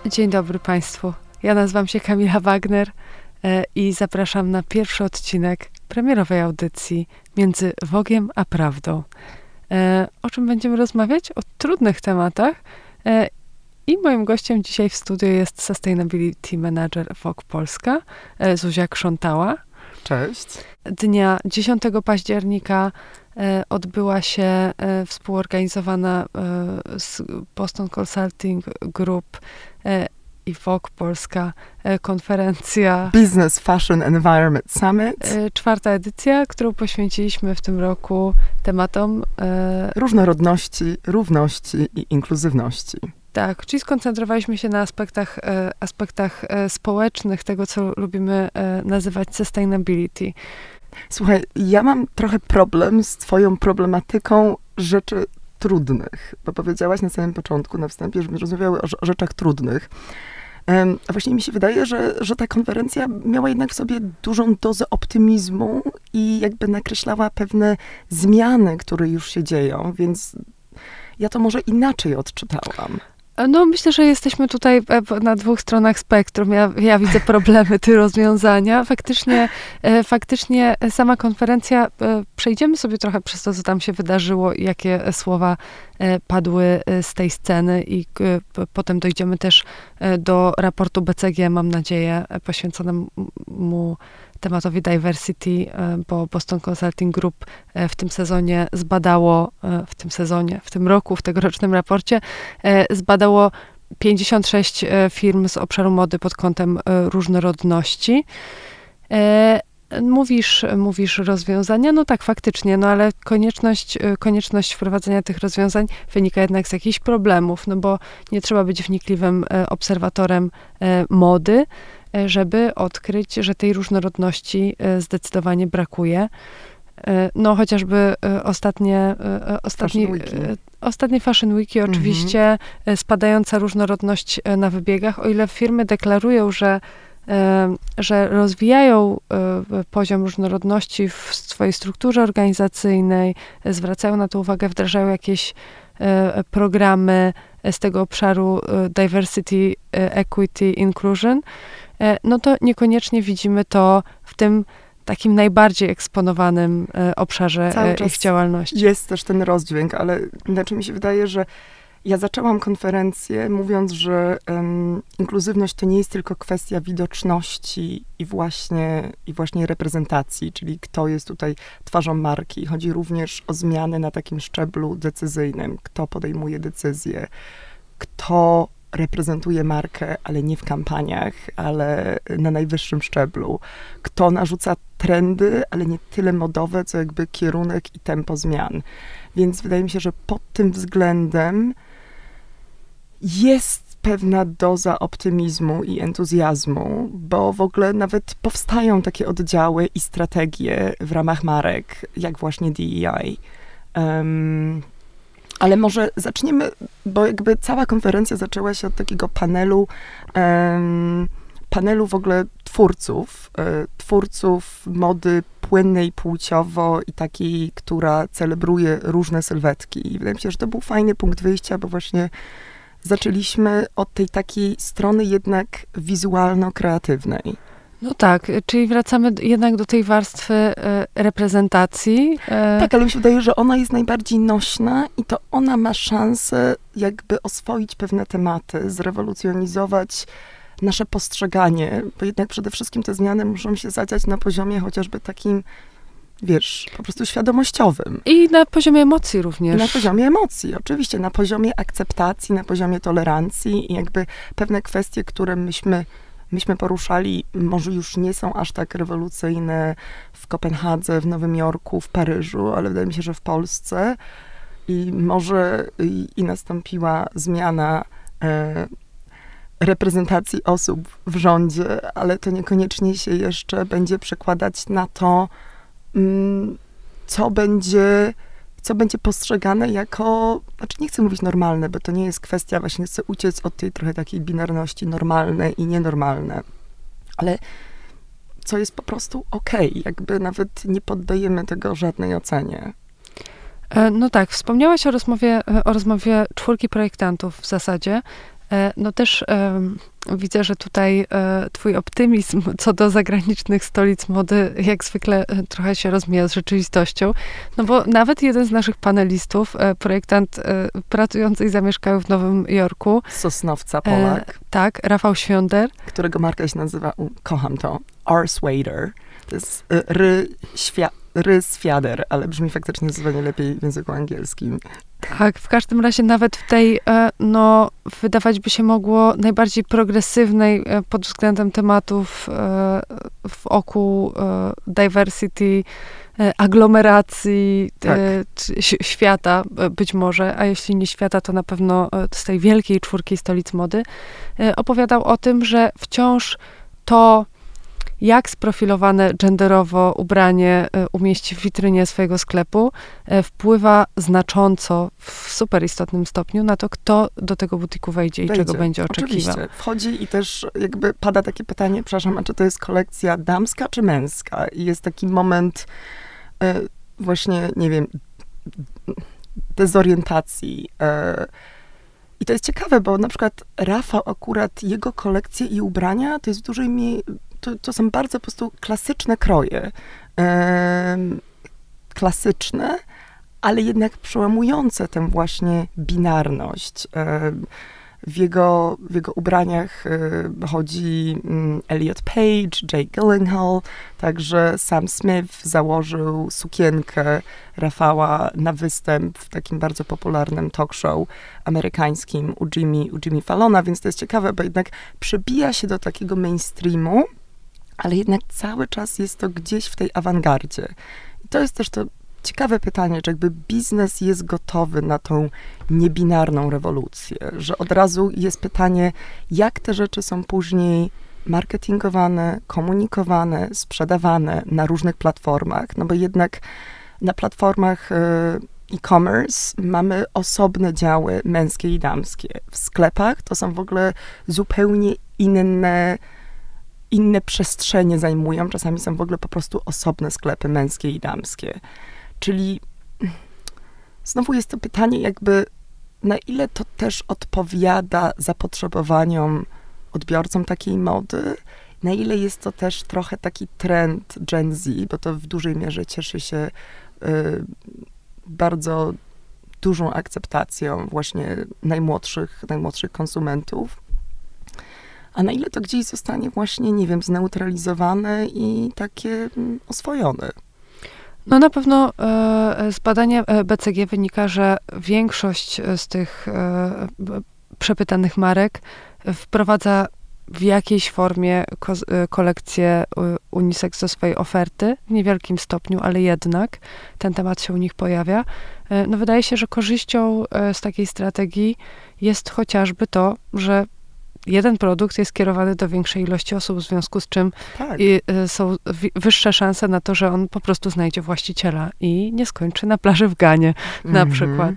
Dzień dobry Państwu. Ja nazywam się Kamila Wagner i zapraszam na pierwszy odcinek premierowej audycji Między Wogiem a Prawdą. O czym będziemy rozmawiać? O trudnych tematach. I moim gościem dzisiaj w studiu jest Sustainability Manager Vogue Polska, Zuzia Krzątała. Cześć. Dnia 10 października odbyła się współorganizowana z Boston Consulting Group i Vogue Polska konferencja Business Fashion Environment Summit. 4. edycja, którą poświęciliśmy w tym roku tematom różnorodności, równości i inkluzywności. Tak, czyli skoncentrowaliśmy się na aspektach społecznych, tego, co lubimy nazywać sustainability. Słuchaj, ja mam trochę problem z twoją problematyką rzeczy trudnych, bo powiedziałaś na samym początku, na wstępie, żebyśmy rozmawiały o rzeczach trudnych. A właśnie mi się wydaje, że ta konferencja miała jednak w sobie dużą dozę optymizmu i jakby nakreślała pewne zmiany, które już się dzieją, więc ja to może inaczej odczytałam. No, myślę, że jesteśmy tutaj na dwóch stronach spektrum. Ja widzę problemy, ty rozwiązania. Faktycznie sama konferencja, przejdziemy sobie trochę przez to, co tam się wydarzyło i jakie słowa padły z tej sceny i potem dojdziemy też do raportu BCG, mam nadzieję, poświęconemu tematowi diversity, bo Boston Consulting Group w tym sezonie zbadało, w tym roku, w tegorocznym raporcie, zbadało 56 firm z obszaru mody pod kątem różnorodności. Mówisz rozwiązania, no tak, faktycznie, no ale konieczność wprowadzenia tych rozwiązań wynika jednak z jakichś problemów, no bo nie trzeba być wnikliwym obserwatorem mody, żeby odkryć, że tej różnorodności zdecydowanie brakuje. No chociażby ostatnie Fashion Weeki oczywiście, spadająca różnorodność na wybiegach, o ile firmy deklarują, że rozwijają poziom różnorodności w swojej strukturze organizacyjnej, zwracają na to uwagę, wdrażają jakieś programy z tego obszaru diversity, equity, inclusion, no to niekoniecznie widzimy to w tym takim najbardziej eksponowanym obszarze ich działalności. Jest też ten rozdźwięk, ale inaczej mi się wydaje, że ja zaczęłam konferencję mówiąc, że inkluzywność to nie jest tylko kwestia widoczności i właśnie reprezentacji, czyli kto jest tutaj twarzą marki. Chodzi również o zmiany na takim szczeblu decyzyjnym. Kto podejmuje decyzje, kto reprezentuje markę, ale nie w kampaniach, ale na najwyższym szczeblu. Kto narzuca trendy, ale nie tyle modowe, co jakby kierunek i tempo zmian. Więc wydaje mi się, że pod tym względem jest pewna doza optymizmu i entuzjazmu, bo w ogóle nawet powstają takie oddziały i strategie w ramach marek, jak właśnie DEI. Ale może zaczniemy, bo jakby cała konferencja zaczęła się od takiego panelu w ogóle twórców mody płynnej płciowo i takiej, która celebruje różne sylwetki. I wydaje mi się, że to był fajny punkt wyjścia, bo właśnie zaczęliśmy od tej takiej strony jednak wizualno-kreatywnej. No tak, czyli wracamy jednak do tej warstwy reprezentacji. Tak, ale mi się wydaje, że ona jest najbardziej nośna i to ona ma szansę jakby oswoić pewne tematy, zrewolucjonizować nasze postrzeganie, bo jednak przede wszystkim te zmiany muszą się zadziać na poziomie chociażby takim, wiesz, po prostu świadomościowym. I na poziomie emocji również. I na poziomie emocji, oczywiście, na poziomie akceptacji, na poziomie tolerancji i jakby pewne kwestie, które myśmy poruszali, może już nie są aż tak rewolucyjne w Kopenhadze, w Nowym Jorku, w Paryżu, ale wydaje mi się, że w Polsce i może i nastąpiła zmiana reprezentacji osób w rządzie, ale to niekoniecznie się jeszcze będzie przekładać na to, co będzie postrzegane jako, znaczy nie chcę mówić normalne, bo to nie jest kwestia, właśnie chcę uciec od tej trochę takiej binarności normalne i nienormalne, ale co jest po prostu okej, jakby nawet nie poddajemy tego żadnej ocenie. No tak, wspomniałaś o rozmowie 4 projektantów w zasadzie, No też widzę, że tutaj twój optymizm co do zagranicznych stolic mody jak zwykle trochę się rozmija z rzeczywistością. No bo nawet jeden z naszych panelistów, projektant pracujący i zamieszkały w Nowym Jorku. Sosnowca Polak. Tak, Rafał Świąder. Którego marka się nazywa, kocham to, R-Swader. To jest Ryswiader, ale brzmi faktycznie zdecydowanie lepiej w języku angielskim. Tak, w każdym razie nawet w tej, no, wydawać by się mogło najbardziej progresywnej pod względem tematów wokół diversity, aglomeracji tak. Świata być może, a jeśli nie świata, to na pewno z tej wielkiej czwórki stolic mody, opowiadał o tym, że wciąż to, jak sprofilowane genderowo ubranie umieści w witrynie swojego sklepu, wpływa znacząco, w super istotnym stopniu na to, kto do tego butiku wejdzie i czego będzie oczekiwał. Oczywiście. Wchodzi i też jakby pada takie pytanie, przepraszam, a czy to jest kolekcja damska czy męska? I jest taki moment właśnie, nie wiem, dezorientacji. I to jest ciekawe, bo na przykład Rafał akurat, jego kolekcje i ubrania to jest w dużej mierze, to są bardzo po prostu klasyczne kroje. Klasyczne, ale jednak przełamujące tę właśnie binarność. W jego ubraniach chodzi Elliot Page, Jake Gyllenhaal, także Sam Smith założył sukienkę Rafała na występ w takim bardzo popularnym talk show amerykańskim u Jimmy Fallona, więc to jest ciekawe, bo jednak przebija się do takiego mainstreamu, ale jednak cały czas jest to gdzieś w tej awangardzie. I to jest też to ciekawe pytanie, czy jakby biznes jest gotowy na tą niebinarną rewolucję, że od razu jest pytanie, jak te rzeczy są później marketingowane, komunikowane, sprzedawane na różnych platformach, no bo jednak na platformach e-commerce mamy osobne działy męskie i damskie. W sklepach to są w ogóle zupełnie inne przestrzenie zajmują, czasami są w ogóle po prostu osobne sklepy męskie i damskie. Czyli znowu jest to pytanie jakby, na ile to też odpowiada zapotrzebowaniom odbiorcom takiej mody, na ile jest to też trochę taki trend Gen Z, bo to w dużej mierze cieszy się bardzo dużą akceptacją właśnie najmłodszych konsumentów. A na ile to gdzieś zostanie właśnie, nie wiem, zneutralizowane i takie oswojone? No na pewno z badania BCG wynika, że większość z tych przepytanych marek wprowadza w jakiejś formie kolekcję unisex do swojej oferty, w niewielkim stopniu, ale jednak ten temat się u nich pojawia. No wydaje się, że korzyścią z takiej strategii jest chociażby to, że jeden produkt jest skierowany do większej ilości osób, w związku z czym są wyższe szanse na to, że on po prostu znajdzie właściciela i nie skończy na plaży w Ganie, na przykład.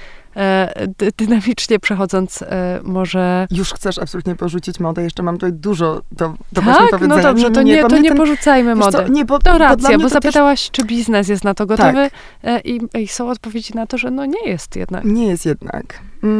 Dynamicznie przechodząc, może... Już chcesz absolutnie porzucić modę, jeszcze mam tutaj dużo do tak? właśnie powiedzenia. No dobrze, to nie porzucajmy mody. To racja, bo zapytałaś, czy biznes jest na to gotowy i są odpowiedzi na to, że no nie jest jednak. Nie jest jednak.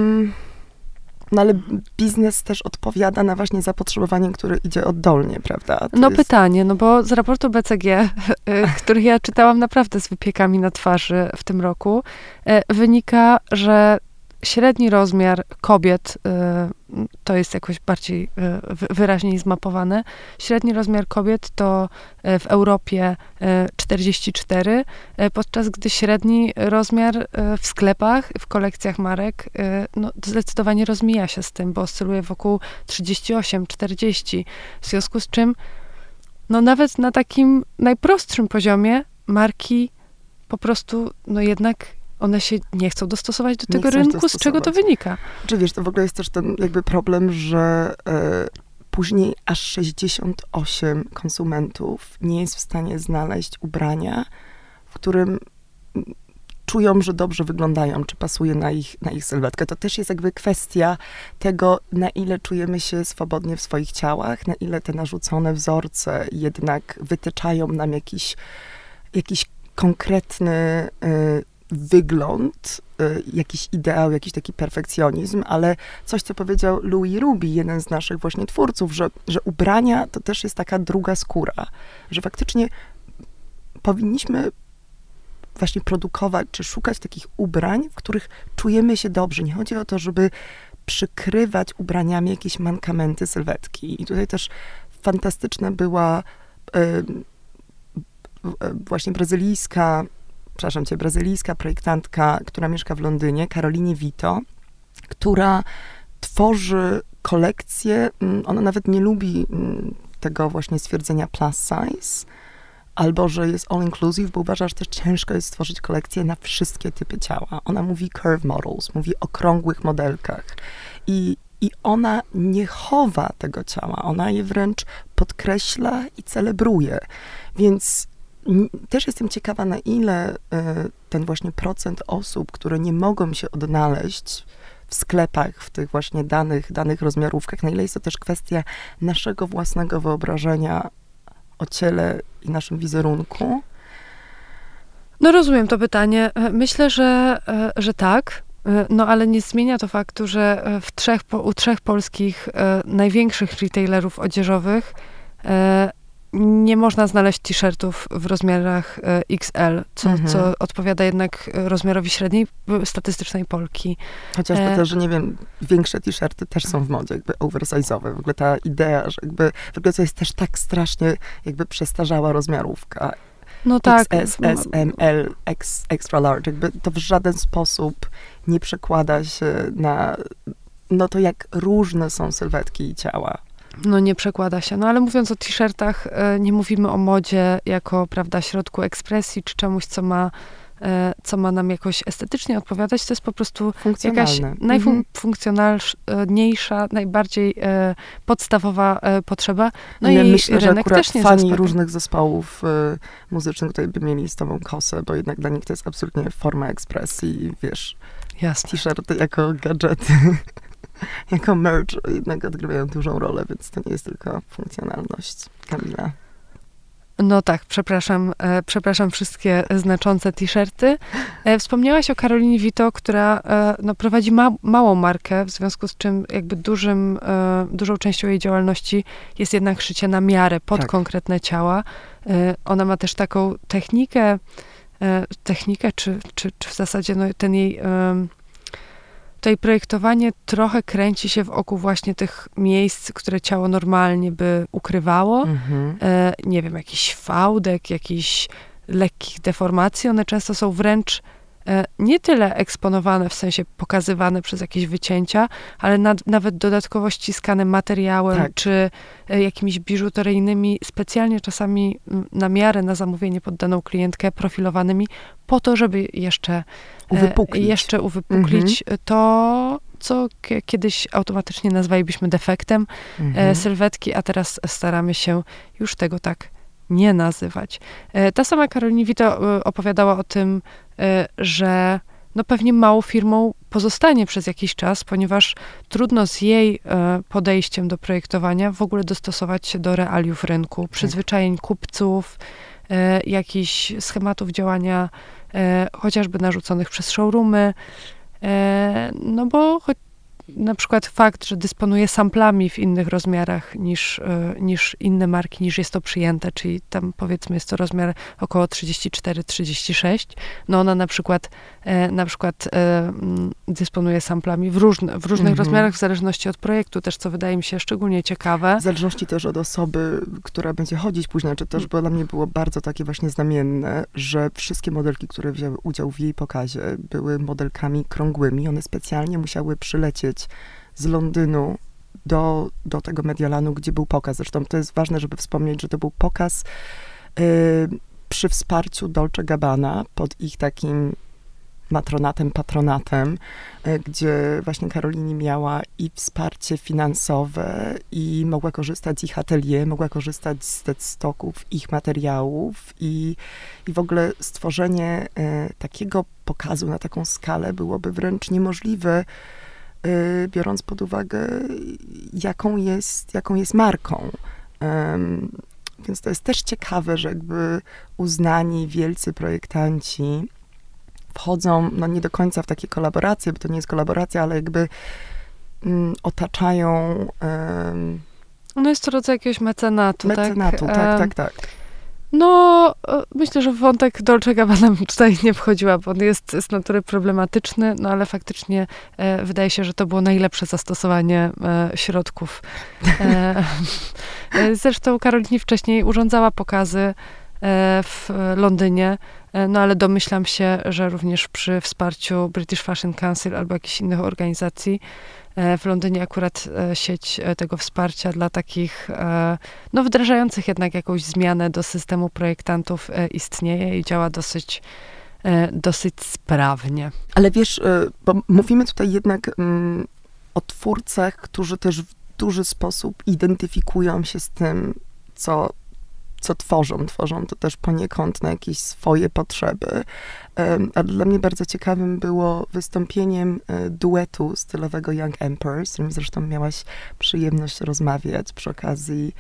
No ale biznes też odpowiada na właśnie zapotrzebowanie, które idzie oddolnie, prawda? No pytanie, no bo z raportu BCG, który ja czytałam naprawdę z wypiekami na twarzy w tym roku, wynika, że średni rozmiar kobiet, to jest jakoś bardziej wyraźniej zmapowane, średni rozmiar kobiet to w Europie 44, podczas gdy średni rozmiar w sklepach, w kolekcjach marek, no zdecydowanie rozmija się z tym, bo oscyluje wokół 38-40, w związku z czym no nawet na takim najprostszym poziomie marki po prostu, no jednak one się nie chcą dostosować do tego rynku, z czego to wynika? Czy wiesz, to w ogóle jest też ten jakby problem, że później aż 68 konsumentów nie jest w stanie znaleźć ubrania, w którym czują, że dobrze wyglądają, czy pasuje na ich sylwetkę. To też jest jakby kwestia tego, na ile czujemy się swobodnie w swoich ciałach, na ile te narzucone wzorce jednak wytyczają nam jakiś konkretny wygląd, jakiś ideał, jakiś taki perfekcjonizm, ale coś, co powiedział Louis Ruby, jeden z naszych właśnie twórców, że ubrania to też jest taka druga skóra, że faktycznie powinniśmy właśnie produkować, czy szukać takich ubrań, w których czujemy się dobrze. Nie chodzi o to, żeby przykrywać ubraniami jakieś mankamenty, sylwetki. I tutaj też fantastyczna była właśnie brazylijska projektantka, która mieszka w Londynie, Caroline Vito, która tworzy kolekcję, ona nawet nie lubi tego właśnie stwierdzenia plus size, albo że jest all inclusive, bo uważa, że też ciężko jest stworzyć kolekcję na wszystkie typy ciała. Ona mówi curve models, mówi okrągłych modelkach. I ona nie chowa tego ciała, ona je wręcz podkreśla i celebruje. Więc też jestem ciekawa, na ile ten właśnie procent osób, które nie mogą się odnaleźć w sklepach, w tych właśnie danych rozmiarówkach, na ile jest to też kwestia naszego własnego wyobrażenia o ciele i naszym wizerunku? No rozumiem to pytanie. Myślę, że tak. No ale nie zmienia to faktu, że u trzech polskich największych retailerów odzieżowych nie można znaleźć t-shirtów w rozmiarach XL, co odpowiada jednak rozmiarowi średniej statystycznej Polki. Chociażby też, że nie wiem, większe t-shirty też są w modzie, jakby oversize'owe. W ogóle ta idea, że jakby w ogóle to jest też tak strasznie jakby przestarzała rozmiarówka. No tak. XS, S, M, L, extra large. Jakby to w żaden sposób nie przekłada się na to, jak różne są sylwetki i ciała. No nie przekłada się. No ale mówiąc o t-shirtach, nie mówimy o modzie jako, prawda, środku ekspresji, czy czemuś, co ma nam jakoś estetycznie odpowiadać. To jest po prostu jakaś najfunkcjonalniejsza, najbardziej podstawowa potrzeba. No ja i myślę, że rynek akurat też nie fani zaspokaja. różnych zespołów muzycznych tutaj by mieli z tobą kosę, bo jednak dla nich to jest absolutnie forma ekspresji, wiesz, Jasne. t-shirty jako gadżety. Jako merch jednak odgrywają dużą rolę, więc to nie jest tylko funkcjonalność. Kamila. No tak, przepraszam wszystkie znaczące t-shirty. Wspomniałaś o Carolinie Vito, która prowadzi małą markę, w związku z czym jakby dużą częścią jej działalności jest jednak szycie na miarę pod konkretne ciała. Ona ma też taką technikę, czy w zasadzie ten jej... Tutaj projektowanie trochę kręci się wokół właśnie tych miejsc, które ciało normalnie by ukrywało. Nie wiem, jakiś fałdek, jakichś lekkich deformacji. One często są wręcz nie tyle eksponowane, w sensie pokazywane przez jakieś wycięcia, ale nawet dodatkowo ściskane materiałem, czy jakimiś biżuteryjnymi, specjalnie czasami na miarę, na zamówienie pod daną klientkę, profilowanymi, po to, żeby jeszcze uwypuklić to, co kiedyś automatycznie nazwalibyśmy defektem sylwetki, a teraz staramy się już tego tak nie nazywać. Ta sama Caroline Vito opowiadała o tym, że pewnie małą firmą pozostanie przez jakiś czas, ponieważ trudno z jej podejściem do projektowania w ogóle dostosować się do realiów rynku, przyzwyczajeń kupców, jakichś schematów działania, chociażby narzuconych przez showroomy, bo na przykład fakt, że dysponuje samplami w innych rozmiarach niż inne marki, niż jest to przyjęte, czyli tam powiedzmy jest to rozmiar około 34-36, ona na przykład dysponuje samplami w różnych rozmiarach, w zależności od projektu też, co wydaje mi się szczególnie ciekawe. W zależności też od osoby, która będzie chodzić później, czy też, bo dla mnie było bardzo takie właśnie znamienne, że wszystkie modelki, które wzięły udział w jej pokazie, były modelkami krągłymi. One specjalnie musiały przylecieć z Londynu do tego Mediolanu, gdzie był pokaz. Zresztą to jest ważne, żeby wspomnieć, że to był pokaz przy wsparciu Dolce Gabbana pod ich takim patronatem, gdzie właśnie Caroline miała i wsparcie finansowe i mogła korzystać z ich atelier, mogła korzystać z stocków ich materiałów i w ogóle stworzenie takiego pokazu na taką skalę byłoby wręcz niemożliwe, biorąc pod uwagę, jaką jest marką. Więc to jest też ciekawe, że jakby uznani wielcy projektanci wchodzą, no nie do końca w takie kolaboracje, bo to nie jest kolaboracja, ale jakby otaczają... No jest to rodzaj jakiegoś mecenatu, tak? Tak. No, myślę, że wątek Dolce Gabbana bym tutaj nie wchodziła, bo on jest z natury problematyczny, no ale faktycznie wydaje się, że to było najlepsze zastosowanie środków. Zresztą Karolini wcześniej urządzała pokazy w Londynie, no ale domyślam się, że również przy wsparciu British Fashion Council albo jakichś innych organizacji w Londynie akurat sieć tego wsparcia dla takich, no wdrażających jednak jakąś zmianę do systemu projektantów istnieje i działa dosyć sprawnie. Ale wiesz, bo mówimy tutaj jednak o twórcach, którzy też w duży sposób identyfikują się z tym, co tworzą. Tworzą to też poniekąd na jakieś swoje potrzeby. A dla mnie bardzo ciekawym było wystąpieniem duetu stylowego Young Emperors, z którym zresztą miałaś przyjemność rozmawiać przy okazji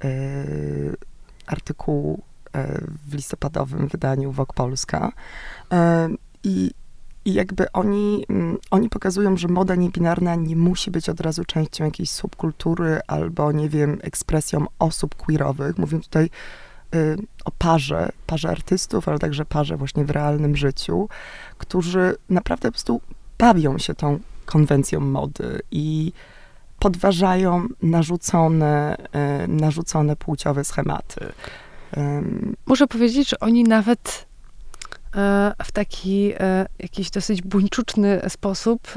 artykułu w listopadowym wydaniu Vogue Polska. I jakby oni pokazują, że moda niebinarna nie musi być od razu częścią jakiejś subkultury albo, nie wiem, ekspresją osób queerowych. Mówię tutaj o parze artystów, ale także parze właśnie w realnym życiu, którzy naprawdę po prostu bawią się tą konwencją mody i podważają narzucone płciowe schematy. Muszę powiedzieć, że oni nawet w taki jakiś dosyć buńczuczny sposób,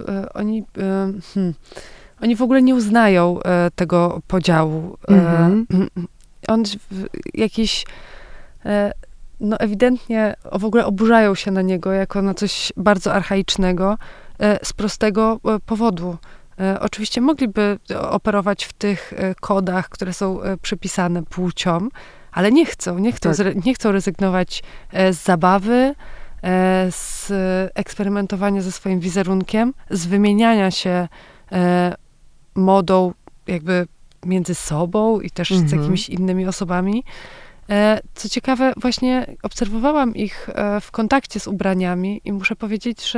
oni w ogóle nie uznają tego podziału. On jakiś, no ewidentnie w ogóle oburzają się na niego jako na coś bardzo archaicznego z prostego powodu. Oczywiście mogliby operować w tych kodach, które są przypisane płciom, ale nie chcą rezygnować z zabawy, z eksperymentowania ze swoim wizerunkiem, z wymieniania się modą jakby między sobą i też z jakimiś innymi osobami. Co ciekawe, właśnie obserwowałam ich w kontakcie z ubraniami i muszę powiedzieć,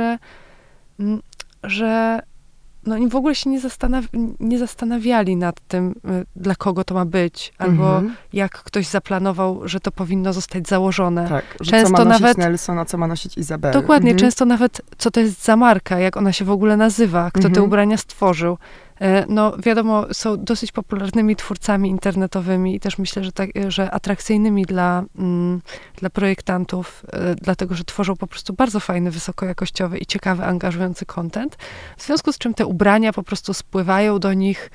że no oni w ogóle się nie zastanawiali nad tym, dla kogo to ma być, albo jak ktoś zaplanował, że to powinno zostać założone. Tak, że często co ma nosić Nelson, a co ma nosić Izabela. Dokładnie, często nawet co to jest za marka, jak ona się w ogóle nazywa, kto te ubrania stworzył. No wiadomo, są dosyć popularnymi twórcami internetowymi i też myślę, że atrakcyjnymi dla projektantów, dlatego, że tworzą po prostu bardzo fajny, wysokojakościowy i ciekawy, angażujący content. W związku z czym te ubrania po prostu spływają do nich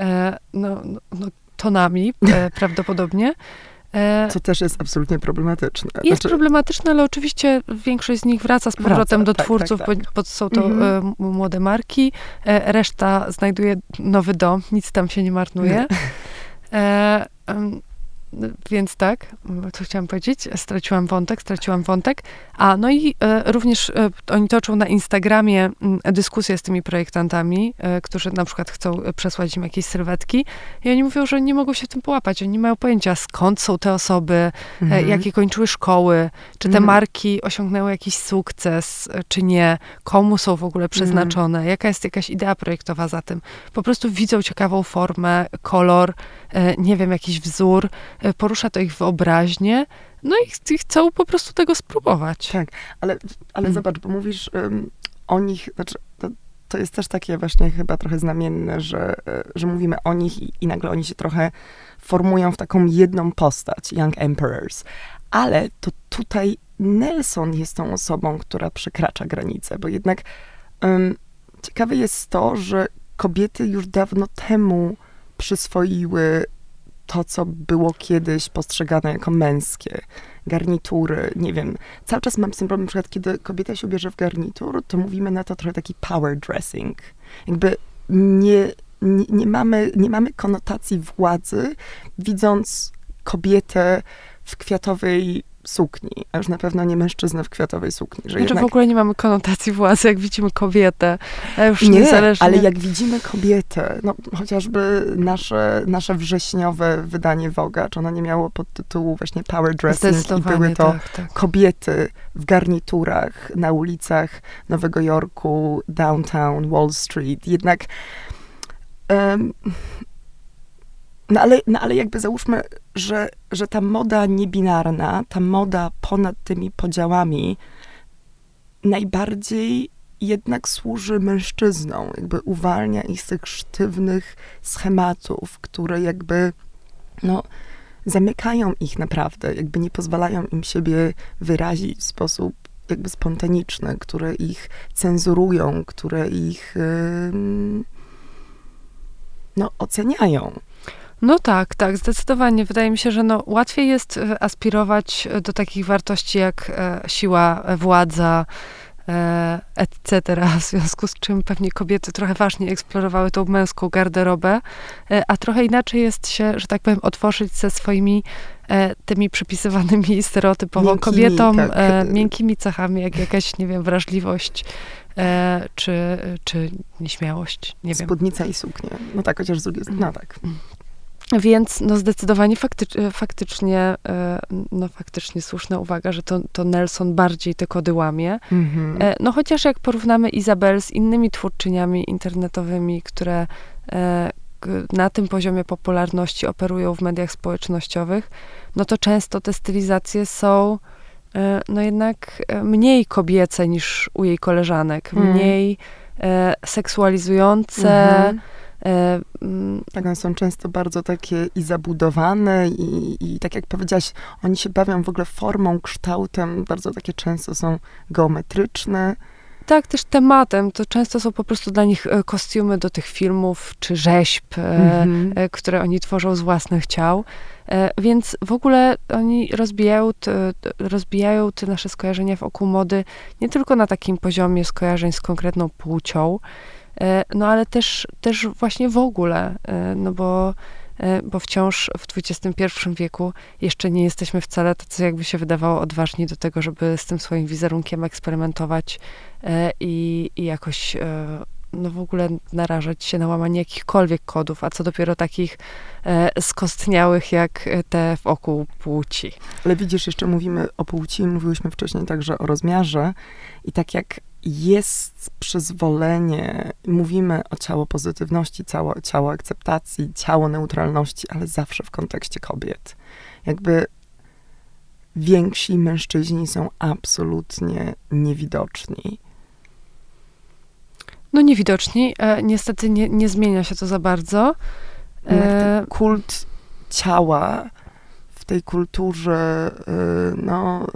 tonami prawdopodobnie. Co też jest absolutnie problematyczne. Jest problematyczne, ale oczywiście większość z nich wraca z powrotem do twórców, bo są to młode marki. Reszta znajduje nowy dom, nic tam się nie marnuje. Więc tak, co chciałam powiedzieć? Straciłam wątek. No i również oni toczą na Instagramie dyskusje z tymi projektantami, którzy na przykład chcą przesłać im jakieś sylwetki i oni mówią, że nie mogą się w tym połapać. Oni nie mają pojęcia, skąd są te osoby, jakie kończyły szkoły, czy te marki osiągnęły jakiś sukces, czy nie, komu są w ogóle przeznaczone, jaka jest jakaś idea projektowa za tym. Po prostu widzą ciekawą formę, kolor, nie wiem, jakiś wzór, porusza to ich wyobraźnię, no i chcą po prostu tego spróbować. Tak, ale zobacz, bo mówisz o nich, znaczy to jest też takie właśnie chyba trochę znamienne, że mówimy o nich i nagle oni się trochę formują w taką jedną postać, Young Emperors. Ale to tutaj Nelson jest tą osobą, która przekracza granicę, bo jednak ciekawe jest to, że kobiety już dawno temu przyswoiły to, co było kiedyś postrzegane jako męskie. Garnitury, nie wiem. Cały czas mam z tym problem, na przykład, kiedy kobieta się ubierze w garnitur, to mówimy na to trochę taki power dressing. Jakby nie mamy konotacji władzy, widząc kobietę w kwiatowej sukni, a już na pewno nie mężczyznę w kwiatowej sukni. Że Znaczy jednak... w ogóle nie mamy konotacji władzy, jak widzimy kobietę. Już Nie, niezależnie... ale jak widzimy kobietę, no chociażby nasze wrześniowe wydanie Vogue'a, czy ono nie miało podtytułu właśnie Power Dressing i były to kobiety w garniturach na ulicach Nowego Jorku, downtown, Wall Street. Jednak ale jakby załóżmy, że ta moda niebinarna, ta moda ponad tymi podziałami najbardziej jednak służy mężczyznom, jakby uwalnia ich z tych sztywnych schematów, które jakby, no, zamykają ich naprawdę, jakby nie pozwalają im siebie wyrazić w sposób jakby spontaniczny, które ich cenzurują, które ich, no, oceniają. No tak, zdecydowanie. Wydaje mi się, że no, łatwiej jest aspirować do takich wartości jak siła, władza, etc. W związku z czym pewnie kobiety trochę ważniej eksplorowały tą męską garderobę, a trochę inaczej jest się, że tak powiem, otworzyć ze swoimi tymi przypisywanymi stereotypowo miękkimi, kobietom tak. Miękkimi cechami, jak jakaś, nie wiem, wrażliwość, czy nieśmiałość, nie wiem. Spódnica i suknie. No tak, chociaż z drugiej strony, no tak. Więc no zdecydowanie faktycznie słuszna uwaga, że to Nelson bardziej te kody łamie. Mm-hmm. No chociaż jak porównamy Izabel z innymi twórczyniami internetowymi, które na tym poziomie popularności operują w mediach społecznościowych, no to często te stylizacje są no jednak mniej kobiece niż u jej koleżanek, mniej seksualizujące. Tak, one są często bardzo takie i zabudowane i tak jak powiedziałaś, oni się bawią w ogóle formą, kształtem, bardzo takie często są geometryczne. Tak, też tematem, to często są po prostu dla nich kostiumy do tych filmów, czy rzeźb, które oni tworzą z własnych ciał. Więc w ogóle oni rozbijają te nasze skojarzenia wokół mody nie tylko na takim poziomie skojarzeń z konkretną płcią, no ale też właśnie w ogóle, no bo wciąż w XXI wieku jeszcze nie jesteśmy wcale tacy, jakby się wydawało, odważni do tego, żeby z tym swoim wizerunkiem eksperymentować i jakoś no w ogóle narażać się na łamanie jakichkolwiek kodów, a co dopiero takich skostniałych jak te wokół płci. Ale widzisz, jeszcze mówimy o płci, mówiłyśmy wcześniej także o rozmiarze i tak jak jest przyzwolenie, mówimy o ciało pozytywności, ciało akceptacji, ciało neutralności, ale zawsze w kontekście kobiet. Jakby więksi mężczyźni są absolutnie niewidoczni. No niewidoczni. Niestety nie zmienia się to za bardzo. Ten kult ciała w tej kulturze, no...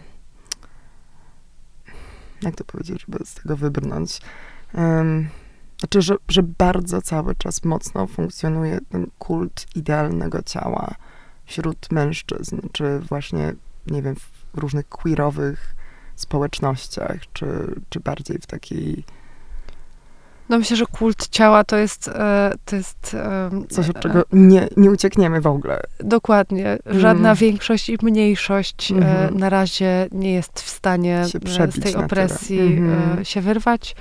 Jak to powiedzieć, żeby z tego wybrnąć? Znaczy, że bardzo cały czas mocno funkcjonuje ten kult idealnego ciała wśród mężczyzn, czy właśnie, nie wiem, w różnych queerowych społecznościach, czy bardziej w takiej... No myślę, że kult ciała to jest coś, od czego nie uciekniemy w ogóle. Dokładnie. Żadna większość i mniejszość na razie nie jest w stanie z tej opresji się wyrwać.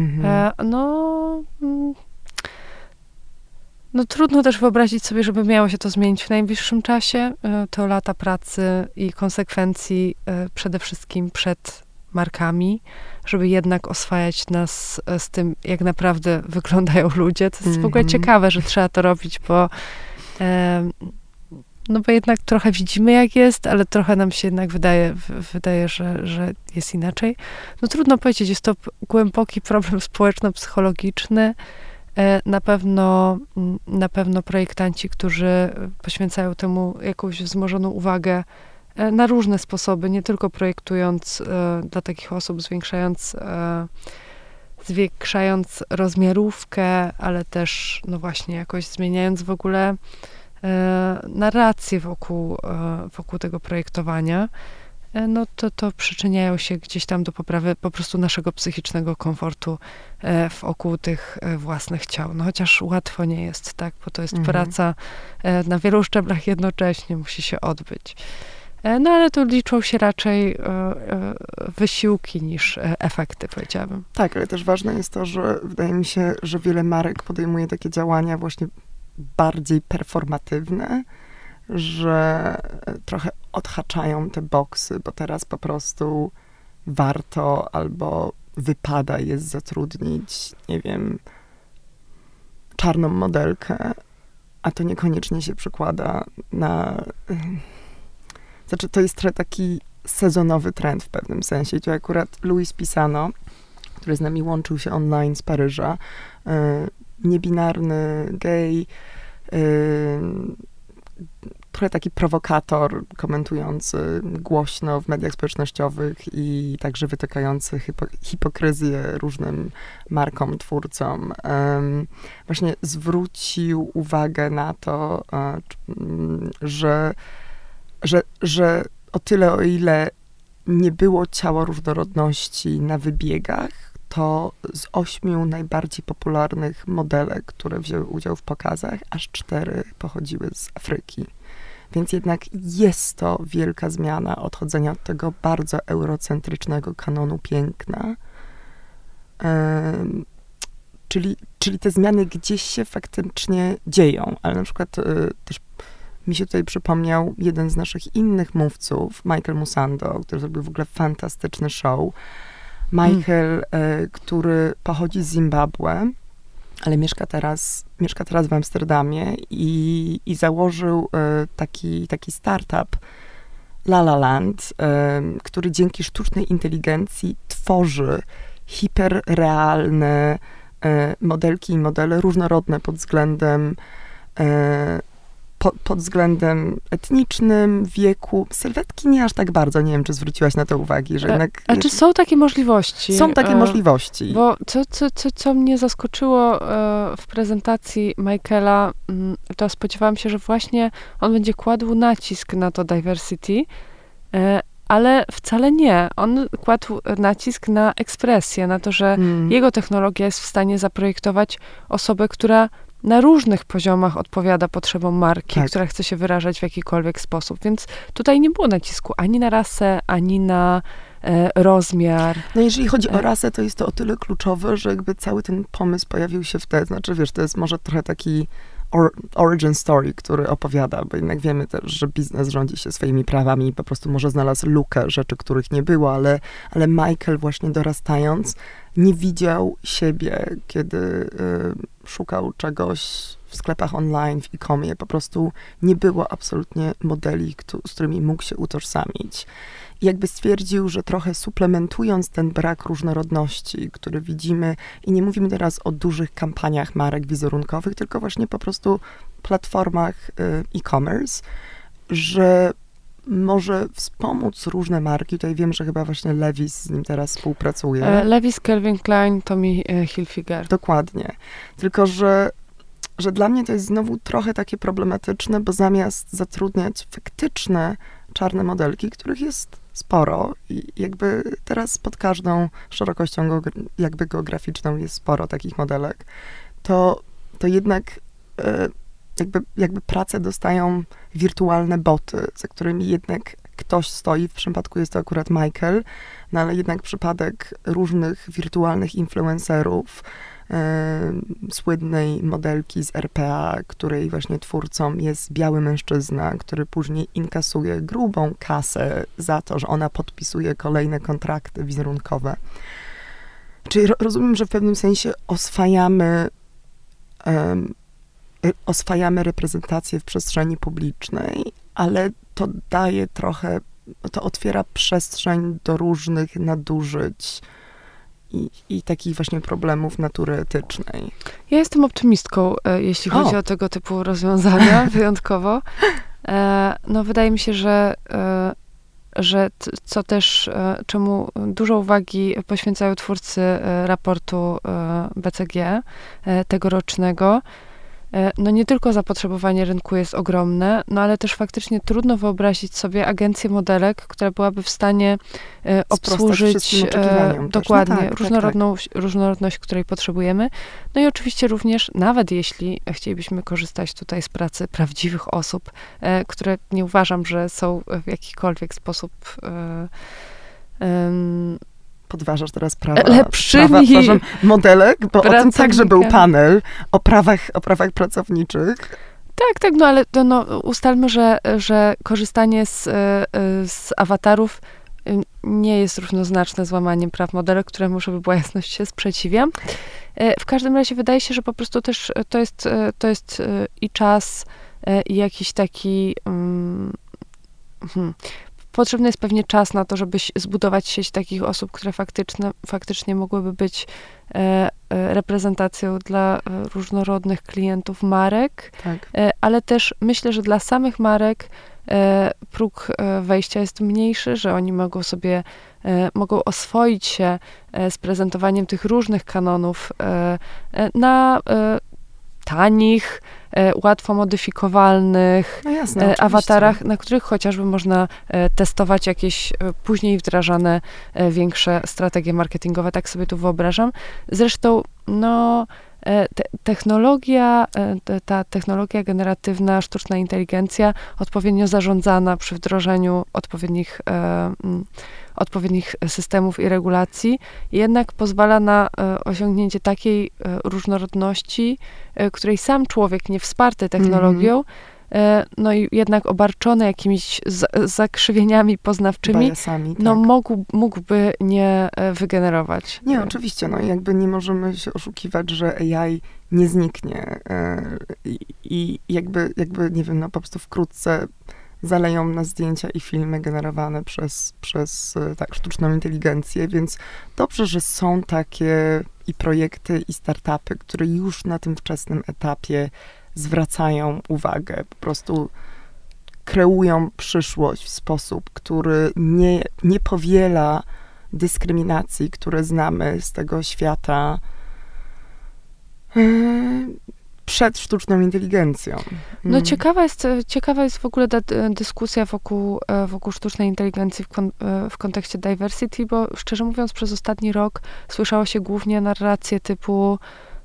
No trudno też wyobrazić sobie, żeby miało się to zmienić w najbliższym czasie. To lata pracy i konsekwencji przede wszystkim przed markami, żeby jednak oswajać nas z tym, jak naprawdę wyglądają ludzie. To jest w ogóle ciekawe, że trzeba to robić, bo bo jednak trochę widzimy, jak jest, ale trochę nam się jednak wydaje, że jest inaczej. No trudno powiedzieć, jest to głęboki problem społeczno-psychologiczny. Na pewno projektanci, którzy poświęcają temu jakąś wzmożoną uwagę na różne sposoby, nie tylko projektując dla takich osób, zwiększając rozmiarówkę, ale też, no właśnie, jakoś zmieniając w ogóle narrację wokół tego projektowania, no to przyczyniają się gdzieś tam do poprawy po prostu naszego psychicznego komfortu wokół tych własnych ciał. No chociaż łatwo nie jest, tak, bo to jest praca na wielu szczeblach jednocześnie, musi się odbyć. No ale tu liczą się raczej wysiłki niż efekty, powiedziałabym. Tak, ale też ważne jest to, że wydaje mi się, że wiele marek podejmuje takie działania właśnie bardziej performatywne, że trochę odhaczają te boksy, bo teraz po prostu warto albo wypada jest zatrudnić, nie wiem, czarną modelkę, a to niekoniecznie się przekłada na... Znaczy, to jest trochę taki sezonowy trend w pewnym sensie. I tu akurat Luis Pisano, który z nami łączył się online z Paryża, niebinarny gej, trochę taki prowokator, komentujący głośno w mediach społecznościowych i także wytykający hipokryzję różnym markom, twórcom. Właśnie zwrócił uwagę na to, że o tyle, o ile nie było ciała różnorodności na wybiegach, to z 8 najbardziej popularnych modelek, które wzięły udział w pokazach, aż 4 pochodziły z Afryki. Więc jednak jest to wielka zmiana odchodzenia od tego bardzo eurocentrycznego kanonu piękna. Czyli te zmiany gdzieś się faktycznie dzieją, ale na przykład też mi się tutaj przypomniał jeden z naszych innych mówców, Michael Musando, który zrobił w ogóle fantastyczny show. Michael, który pochodzi z Zimbabwe, ale mieszka teraz w Amsterdamie i założył taki startup La La Land, który dzięki sztucznej inteligencji tworzy hiperrealne modelki i modele różnorodne pod względem etnicznym, wieku. Sylwetki nie aż tak bardzo. Nie wiem, czy zwróciłaś na to uwagi, że jednak... A czy są takie możliwości? Są takie możliwości. Bo co mnie zaskoczyło w prezentacji Michaela, to spodziewałam się, że właśnie on będzie kładł nacisk na to diversity, ale wcale nie. On kładł nacisk na ekspresję, na to, że jego technologia jest w stanie zaprojektować osobę, która na różnych poziomach odpowiada potrzebom marki, która chce się wyrażać w jakikolwiek sposób. Więc tutaj nie było nacisku ani na rasę, ani na rozmiar. No jeżeli chodzi o rasę, to jest to o tyle kluczowe, że jakby cały ten pomysł pojawił się wtedy. Znaczy, wiesz, to jest może trochę taki origin story, który opowiada, bo jednak wiemy też, że biznes rządzi się swoimi prawami i po prostu może znalazł lukę rzeczy, których nie było, ale Michael właśnie dorastając nie widział siebie, kiedy szukał czegoś w sklepach online, w e-comie. Po prostu nie było absolutnie modeli, z którymi mógł się utożsamić. I jakby stwierdził, że trochę suplementując ten brak różnorodności, który widzimy, i nie mówimy teraz o dużych kampaniach marek wizerunkowych, tylko właśnie po prostu platformach e-commerce, że może wspomóc różne marki. Tutaj wiem, że chyba właśnie Levi's z nim teraz współpracuje. Levi's, Calvin Klein, Tommy Hilfiger. Dokładnie. Tylko, że dla mnie to jest znowu trochę takie problematyczne, bo zamiast zatrudniać faktyczne czarne modelki, których jest sporo i jakby teraz pod każdą szerokością jakby geograficzną jest sporo takich modelek, to jednak jakby pracę dostają wirtualne boty, za którymi jednak ktoś stoi. W przypadku jest to akurat Michael, no ale jednak przypadek różnych wirtualnych influencerów, słynnej modelki z RPA, której właśnie twórcą jest biały mężczyzna, który później inkasuje grubą kasę za to, że ona podpisuje kolejne kontrakty wizerunkowe. Czyli rozumiem, że w pewnym sensie oswajamy reprezentację w przestrzeni publicznej, ale to daje trochę, to otwiera przestrzeń do różnych nadużyć i takich właśnie problemów natury etycznej. Ja jestem optymistką, jeśli chodzi o tego typu rozwiązania, wyjątkowo. No, wydaje mi się, że co też, czemu dużo uwagi poświęcają twórcy raportu BCG tegorocznego, no nie tylko zapotrzebowanie rynku jest ogromne, no ale też faktycznie trudno wyobrazić sobie agencję modelek, która byłaby w stanie obsłużyć dokładnie tak, różnorodność, której potrzebujemy. No i oczywiście również, nawet jeśli chcielibyśmy korzystać tutaj z pracy prawdziwych osób, które nie uważam, że są w jakikolwiek sposób podważasz teraz prawa modelek, bo o tym także był panel, o prawach pracowniczych. Tak, no ale ustalmy, że korzystanie z awatarów nie jest równoznaczne z łamaniem praw modelek, któremu, żeby była jasność, się sprzeciwiam. W każdym razie wydaje się, że po prostu też to jest i czas, i jakiś taki... Potrzebny jest pewnie czas na to, żeby zbudować sieć takich osób, które faktycznie mogłyby być reprezentacją dla różnorodnych klientów marek, tak. Ale też myślę, że dla samych marek próg wejścia jest mniejszy, że oni mogą oswoić się z prezentowaniem tych różnych kanonów na tanich, łatwo modyfikowalnych awatarach, na których chociażby można testować jakieś później wdrażane większe strategie marketingowe. Tak sobie tu wyobrażam. Zresztą, ta technologia generatywna, sztuczna inteligencja, odpowiednio zarządzana przy wdrożeniu odpowiednich systemów i regulacji, jednak pozwala na osiągnięcie takiej różnorodności, której sam człowiek, nie wsparty technologią, no i jednak obarczony jakimiś zakrzywieniami poznawczymi, biasami, tak. mógłby nie wygenerować. Nie, oczywiście, jakby nie możemy się oszukiwać, że AI nie zniknie i jakby nie wiem, po prostu wkrótce zaleją nas zdjęcia i filmy generowane przez sztuczną inteligencję, więc dobrze, że są takie i projekty, i startupy, które już na tym wczesnym etapie zwracają uwagę, po prostu kreują przyszłość w sposób, który nie powiela dyskryminacji, które znamy z tego świata przed sztuczną inteligencją. No ciekawa jest w ogóle dyskusja wokół sztucznej inteligencji w kontekście diversity, bo szczerze mówiąc przez ostatni rok słyszało się głównie narracje typu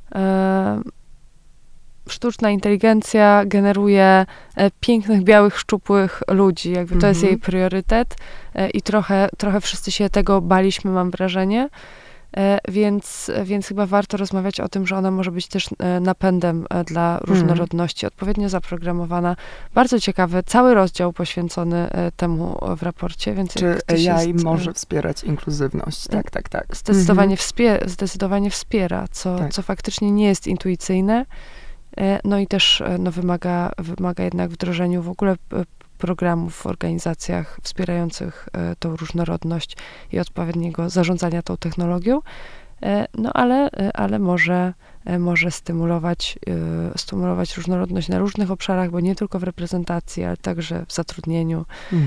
sztuczna inteligencja generuje pięknych, białych, szczupłych ludzi. Jakby to jest jej priorytet i trochę wszyscy się tego baliśmy, mam wrażenie. Więc chyba warto rozmawiać o tym, że ona może być też napędem dla różnorodności, odpowiednio zaprogramowana. Bardzo ciekawy, cały rozdział poświęcony temu w raporcie. Więc czy AI może wspierać inkluzywność? Tak. Zdecydowanie wspiera, co faktycznie nie jest intuicyjne. No i też wymaga jednak wdrożeniu w ogóle programów w organizacjach wspierających tą różnorodność i odpowiedniego zarządzania tą technologią, ale może stymulować różnorodność na różnych obszarach, bo nie tylko w reprezentacji, ale także w zatrudnieniu.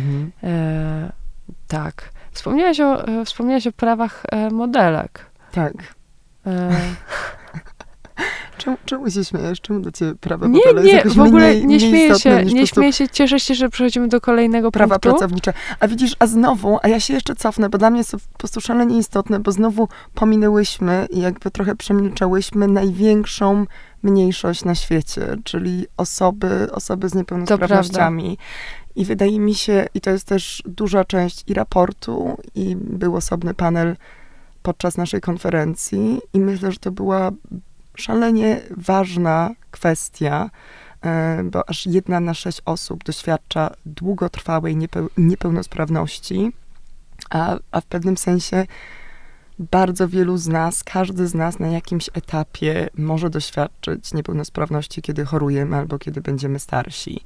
Tak. Wspomniałaś o prawach modelek. Tak. Czemu się śmiejesz? Czemu do ciebie prawa modelek? Nie, w ogóle nie śmieję się, cieszę się, że przechodzimy do kolejnego prawa punktu. Prawa pracownicze. A widzisz, a ja się jeszcze cofnę, bo dla mnie jest to po prostu szalenie istotne, bo znowu pominęłyśmy i jakby trochę przemilczałyśmy największą mniejszość na świecie, czyli osoby z niepełnosprawnościami. I wydaje mi się, i to jest też duża część i raportu, i był osobny panel podczas naszej konferencji i myślę, że to była szalenie ważna kwestia, bo aż 1 na 6 osób doświadcza długotrwałej niepełnosprawności, a w pewnym sensie bardzo wielu z nas, każdy z nas na jakimś etapie może doświadczyć niepełnosprawności, kiedy chorujemy albo kiedy będziemy starsi.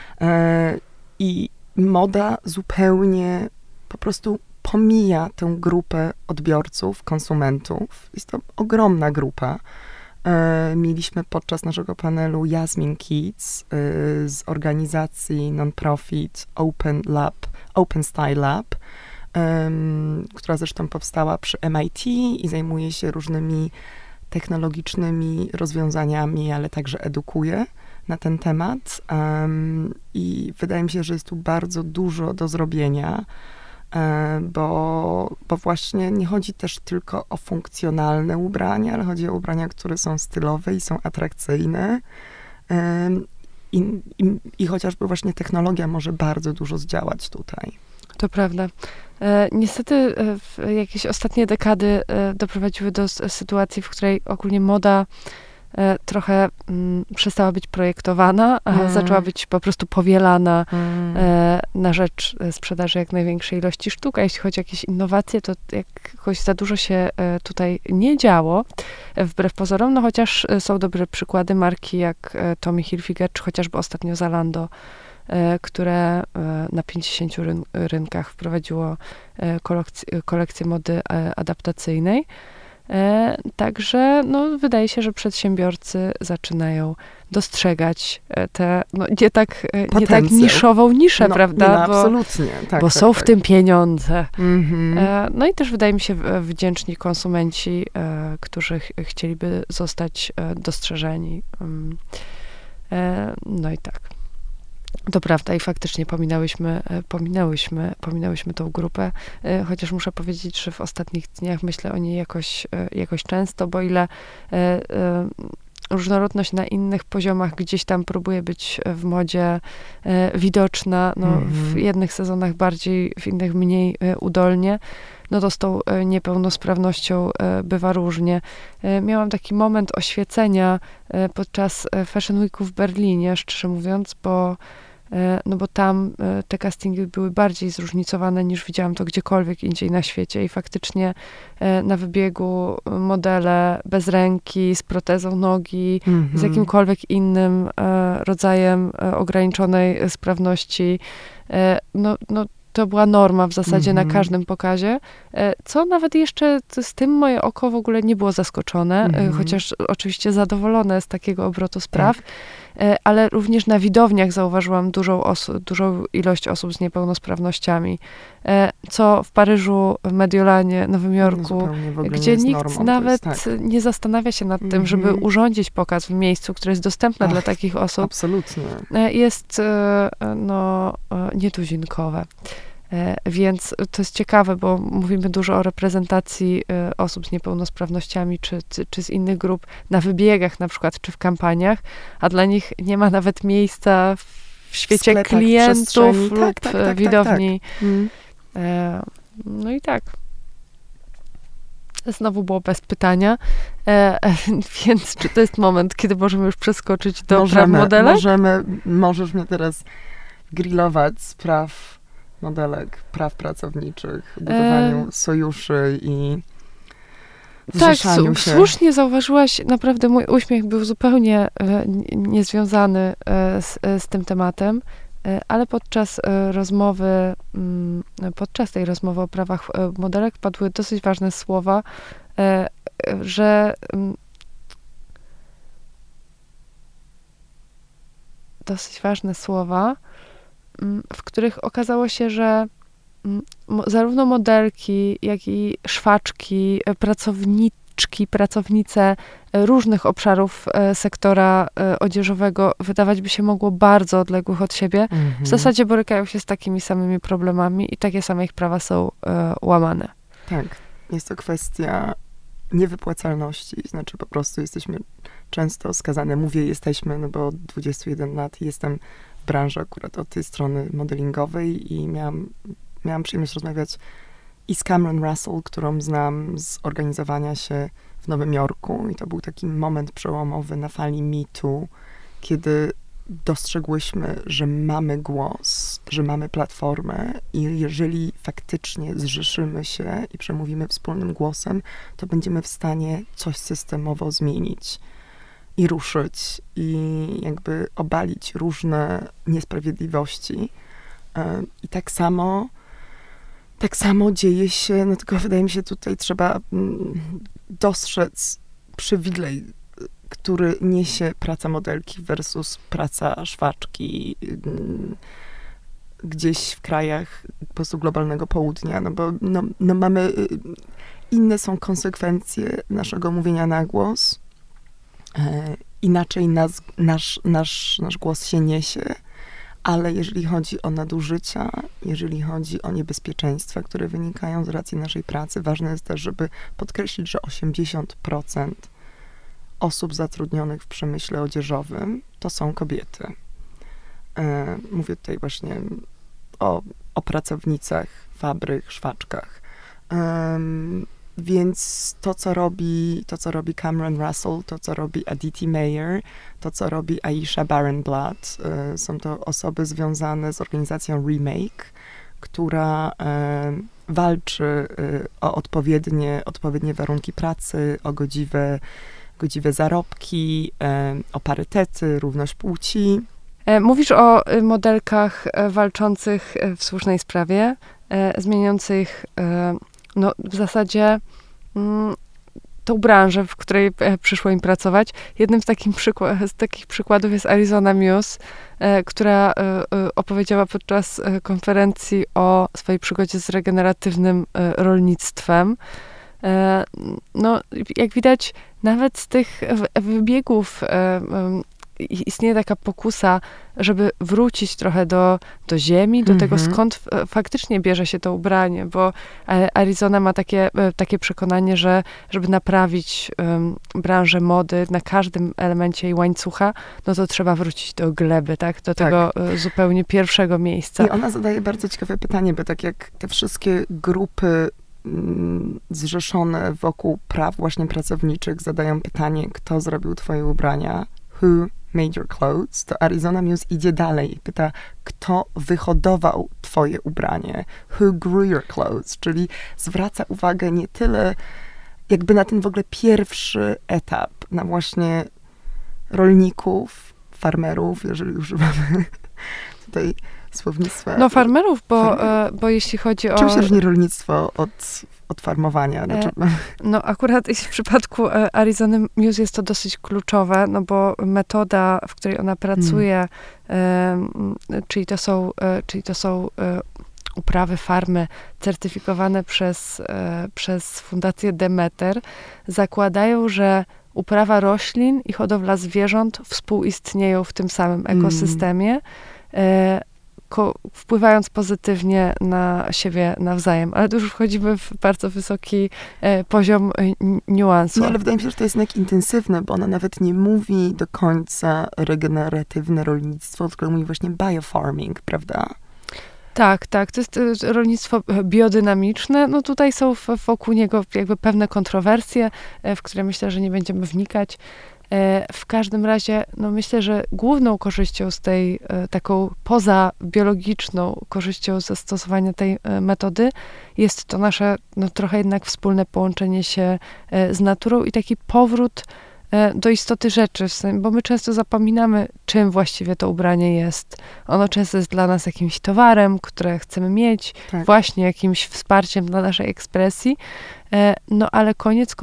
I moda zupełnie po prostu pomija tę grupę odbiorców, konsumentów. Jest to ogromna grupa. Mieliśmy podczas naszego panelu Jasmine Keats z organizacji non-profit Open Style Lab, która zresztą powstała przy MIT i zajmuje się różnymi technologicznymi rozwiązaniami, ale także edukuje na ten temat. I wydaje mi się, że jest tu bardzo dużo do zrobienia, bo właśnie nie chodzi też tylko o funkcjonalne ubrania, ale chodzi o ubrania, które są stylowe i są atrakcyjne. I chociażby właśnie technologia może bardzo dużo zdziałać tutaj. To prawda. Niestety jakieś ostatnie dekady doprowadziły do sytuacji, w której ogólnie moda trochę przestała być projektowana, a zaczęła być po prostu powielana na rzecz sprzedaży jak największej ilości sztuk, a jeśli chodzi o jakieś innowacje, to jakoś za dużo się tutaj nie działo, wbrew pozorom, no chociaż są dobre przykłady marki jak Tommy Hilfiger, czy chociażby ostatnio Zalando, które na 50 rynkach wprowadziło kolekcję mody adaptacyjnej. Także no, wydaje się, że przedsiębiorcy zaczynają dostrzegać tę nie tak niszową niszę, prawda? No, absolutnie. Tak, bo tak, są tak. w tym pieniądze. No i też wydaje mi się wdzięczni konsumenci, którzy chcieliby zostać dostrzeżeni. No i tak. To prawda i faktycznie pominęłyśmy tą grupę, chociaż muszę powiedzieć, że w ostatnich dniach myślę o niej jakoś często, bo ile różnorodność na innych poziomach gdzieś tam próbuje być w modzie widoczna, no, w jednych sezonach bardziej, w innych mniej udolnie, no to z tą niepełnosprawnością bywa różnie. Miałam taki moment oświecenia podczas Fashion Weeku w Berlinie, szczerze mówiąc, bo tam te castingi były bardziej zróżnicowane niż widziałam to gdziekolwiek indziej na świecie i faktycznie na wybiegu modele bez ręki, z protezą nogi, z jakimkolwiek innym rodzajem ograniczonej sprawności, to była norma w zasadzie na każdym pokazie, co nawet jeszcze z tym moje oko w ogóle nie było zaskoczone, chociaż oczywiście zadowolone z takiego obrotu spraw, ale również na widowniach zauważyłam dużą ilość osób z niepełnosprawnościami, co w Paryżu, w Mediolanie, Nowym Jorku, gdzie nikt normą, nawet nie zastanawia się nad tym, żeby urządzić pokaz w miejscu, które jest dostępne dla takich osób. Absolutnie. Jest nietuzinkowe. Więc to jest ciekawe, bo mówimy dużo o reprezentacji osób z niepełnosprawnościami, czy z innych grup na wybiegach na przykład, czy w kampaniach, a dla nich nie ma nawet miejsca w świecie sklepach, klientów lub widowni. No i tak. Znowu było bez pytania, więc czy to jest moment, kiedy możemy już przeskoczyć do praw modelek? Możesz mnie teraz grillować z praw modelek, praw pracowniczych, budowaniu sojuszy i zrzeszaniu się. Słusznie zauważyłaś, naprawdę mój uśmiech był zupełnie niezwiązany z tym tematem, ale podczas tej rozmowy o prawach modelek padły dosyć ważne słowa, w których okazało się, że zarówno modelki, jak i szwaczki, pracownice różnych obszarów sektora odzieżowego, wydawać by się mogło bardzo odległych od siebie, w zasadzie borykają się z takimi samymi problemami i takie same ich prawa są łamane. Tak, jest to kwestia niewypłacalności, znaczy po prostu jesteśmy często skazane, jesteśmy, no bo od 21 lat jestem w branży akurat od tej strony modelingowej i miałam przyjemność rozmawiać i z Cameron Russell, którą znam z organizowania się w Nowym Jorku i to był taki moment przełomowy na fali Me Too, kiedy dostrzegłyśmy, że mamy głos, że mamy platformę i jeżeli faktycznie zrzeszymy się i przemówimy wspólnym głosem, to będziemy w stanie coś systemowo zmienić i ruszyć i jakby obalić różne niesprawiedliwości. I tak samo dzieje się, no tylko wydaje mi się tutaj trzeba dostrzec przywilej, który niesie praca modelki versus praca szwaczki. gdzieś w krajach po prostu globalnego południa, no bo mamy, inne są konsekwencje naszego mówienia na głos, inaczej nasz głos się niesie, ale jeżeli chodzi o nadużycia, jeżeli chodzi o niebezpieczeństwa, które wynikają z racji naszej pracy, ważne jest też, żeby podkreślić, że 80% osób zatrudnionych w przemyśle odzieżowym to są kobiety. Mówię tutaj właśnie o pracownicach fabryk, szwaczkach. Więc to, co robi Cameron Russell, to, co robi Aditi Mayer, to, co robi Aisha Barenblatt, są to osoby związane z organizacją Remake, która walczy o odpowiednie warunki pracy, o godziwe zarobki, o parytety, równość płci. Mówisz o modelkach walczących w słusznej sprawie, zmieniających no, w zasadzie tą branżę, w której przyszło im pracować. Jednym z takich przykładów jest Arizona Muse, która opowiedziała podczas konferencji o swojej przygodzie z regeneratywnym rolnictwem. No, jak widać, nawet z tych wybiegów istnieje taka pokusa, żeby wrócić trochę do ziemi, do tego, skąd faktycznie bierze się to ubranie, bo Arizona ma takie przekonanie, że żeby naprawić branżę mody na każdym elemencie jej łańcucha, no to trzeba wrócić do gleby, tak? Do tego zupełnie pierwszego miejsca. I ona zadaje bardzo ciekawe pytanie, bo tak jak te wszystkie grupy zrzeszone wokół praw właśnie pracowniczych zadają pytanie, kto zrobił twoje ubrania, who made your clothes, to Arizona Muse idzie dalej i pyta, kto wyhodował twoje ubranie, who grew your clothes, czyli zwraca uwagę nie tyle jakby na ten w ogóle pierwszy etap, na właśnie rolników, farmerów, jeżeli używamy tutaj słownictwa. No farmerów, bo jeśli chodzi o... Czym się różni rolnictwo od farmowania? No akurat w przypadku Arizony Muse jest to dosyć kluczowe, no bo metoda, w której ona pracuje, czyli to są uprawy, farmy certyfikowane przez Fundację Demeter, zakładają, że uprawa roślin i hodowla zwierząt współistnieją w tym samym ekosystemie, wpływając pozytywnie na siebie nawzajem. Ale tu już wchodzimy w bardzo wysoki poziom niuansu. No, ale wydaje mi się, że to jest jednak intensywne, bo ona nawet nie mówi do końca regeneratywne rolnictwo, tylko mówi właśnie biofarming, prawda? Tak. To jest rolnictwo biodynamiczne. No tutaj są wokół niego jakby pewne kontrowersje, w które myślę, że nie będziemy wnikać. W każdym razie, no myślę, że główną korzyścią z tej, taką pozabiologiczną korzyścią ze stosowania tej metody jest to nasze, no trochę jednak wspólne połączenie się z naturą i taki powrót do istoty rzeczy, bo my często zapominamy, czym właściwie to ubranie jest. Ono często jest dla nas jakimś towarem, które chcemy mieć, właśnie jakimś wsparciem dla naszej ekspresji, no ale koniec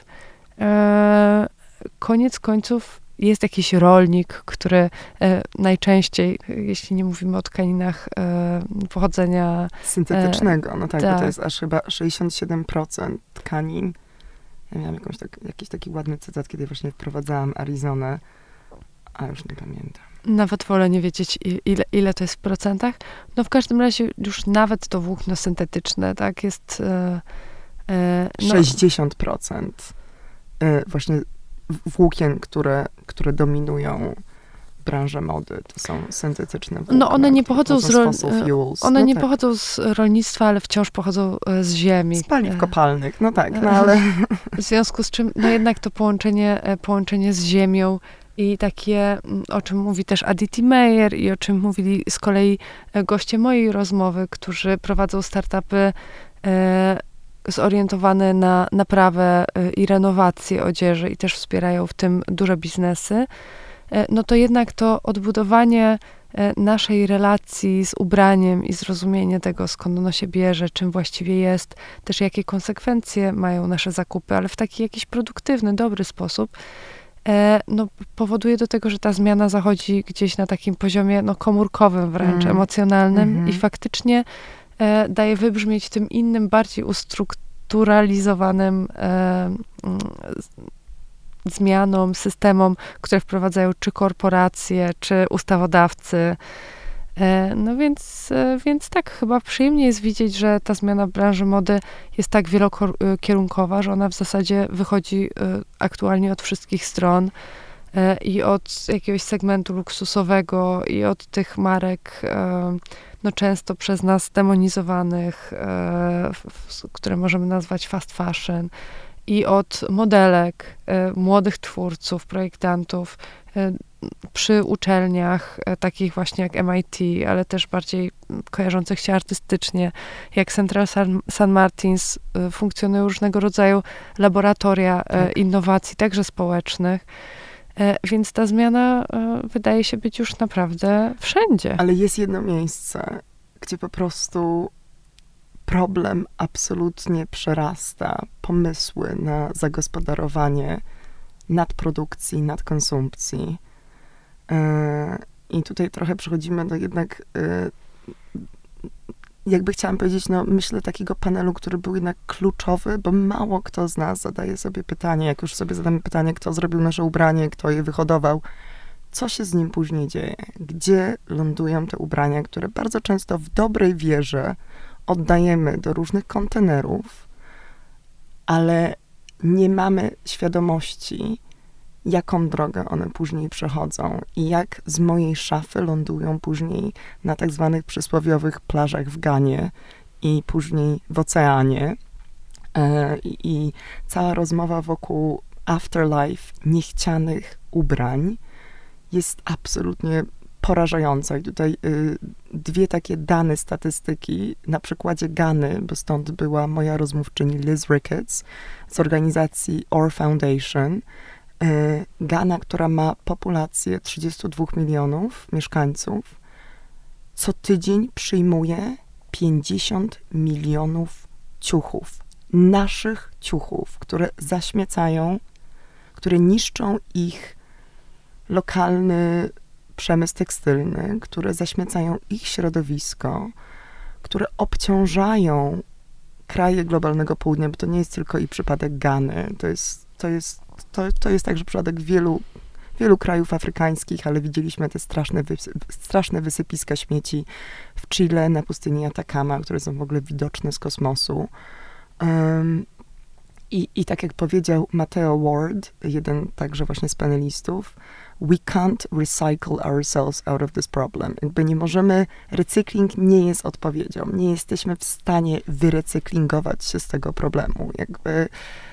końców jest jakiś rolnik, który najczęściej, jeśli nie mówimy o tkaninach pochodzenia syntetycznego, no tak, bo to jest aż chyba 67% tkanin. Ja miałam jakiś taki ładny cytat, kiedy właśnie wprowadzałam Arizonę, a już nie pamiętam. Nawet wolę nie wiedzieć, ile to jest w procentach. No w każdym razie już nawet to włókno syntetyczne, tak, jest... 60% właśnie włókien, które dominują branżę mody, to są syntetyczne włókna. No one nie pochodzą pochodzą z rolnictwa, ale wciąż pochodzą z ziemi. Z paliw kopalnych, no tak, no ale... W związku z czym, no jednak to połączenie z ziemią i takie, o czym mówi też Aditi Mayer i o czym mówili z kolei goście mojej rozmowy, którzy prowadzą startupy zorientowane na naprawę i renowację odzieży i też wspierają w tym duże biznesy, no to jednak to odbudowanie naszej relacji z ubraniem i zrozumienie tego, skąd ono się bierze, czym właściwie jest, też jakie konsekwencje mają nasze zakupy, ale w taki jakiś produktywny, dobry sposób, no, powoduje do tego, że ta zmiana zachodzi gdzieś na takim poziomie no, komórkowym wręcz, emocjonalnym i faktycznie daje wybrzmieć tym innym, bardziej ustrukturalizowanym zmianom, systemom, które wprowadzają czy korporacje, czy ustawodawcy. No więc tak, chyba przyjemnie jest widzieć, że ta zmiana branży mody jest tak wielokierunkowa, że ona w zasadzie wychodzi aktualnie od wszystkich stron i od jakiegoś segmentu luksusowego i od tych marek no często przez nas demonizowanych, które możemy nazwać fast fashion, i od modelek, młodych twórców, projektantów przy uczelniach takich właśnie jak MIT, ale też bardziej kojarzących się artystycznie, jak Central St. Martins, funkcjonują różnego rodzaju laboratoria innowacji, także społecznych. Więc ta zmiana wydaje się być już naprawdę wszędzie. Ale jest jedno miejsce, gdzie po prostu problem absolutnie przerasta pomysły na zagospodarowanie nadprodukcji, nadkonsumpcji. I tutaj trochę przechodzimy do jednak, jakby chciałam powiedzieć, no myślę takiego panelu, który był jednak kluczowy, bo mało kto z nas zadaje sobie pytanie, jak już sobie zadamy pytanie, kto zrobił nasze ubranie, kto je wyhodował, co się z nim później dzieje? Gdzie lądują te ubrania, które bardzo często w dobrej wierze oddajemy do różnych kontenerów, ale nie mamy świadomości, jaką drogę one później przechodzą i jak z mojej szafy lądują później na tak zwanych przysłowiowych plażach w Ganie i później w oceanie. I cała rozmowa wokół afterlife niechcianych ubrań jest absolutnie porażająca. I tutaj dwie takie dane, statystyki na przykładzie Gany, bo stąd była moja rozmówczyni Liz Ricketts z organizacji Our Foundation. Gana, która ma populację 32 milionów mieszkańców, co tydzień przyjmuje 50 milionów ciuchów. Naszych ciuchów, które zaśmiecają, które niszczą ich lokalny przemysł tekstylny, które zaśmiecają ich środowisko, które obciążają kraje globalnego południa, bo to nie jest tylko i przypadek Gany, to jest także przypadek wielu krajów afrykańskich, ale widzieliśmy te straszne wysypiska śmieci w Chile, na pustyni Atacama, które są w ogóle widoczne z kosmosu. I tak jak powiedział Matteo Ward, jeden także właśnie z panelistów, we can't recycle ourselves out of this problem. Jakby nie możemy, recykling nie jest odpowiedzią. Nie jesteśmy w stanie wyrecyklingować się z tego problemu. Jakby